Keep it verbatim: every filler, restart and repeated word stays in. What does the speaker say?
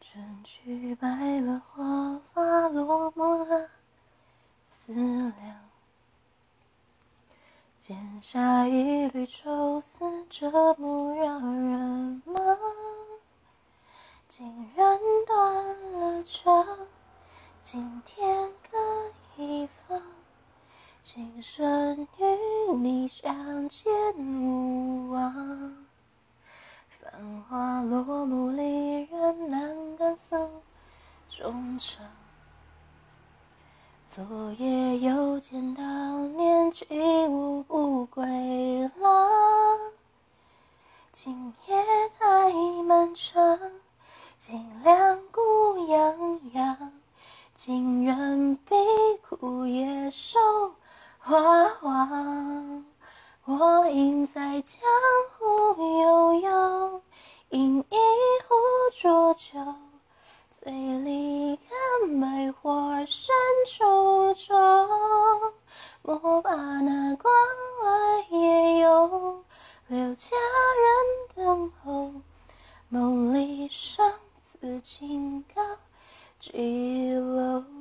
春去白了花，发落寞了思量，剪下一缕愁丝，折磨让人忙。竟然断了肠，今天各一方，今生与你相见无望。繁华落幕里，人难敢诉衷肠。昨夜又见到年纪无不归郎，今夜太漫长，尽量孤洋洋，竟然比枯叶瘦花黄。我应在江湖悠悠，饮一壶浊酒，醉里看百花深处中。莫把那关外夜游，留佳人等候。梦里生死，清高几楼。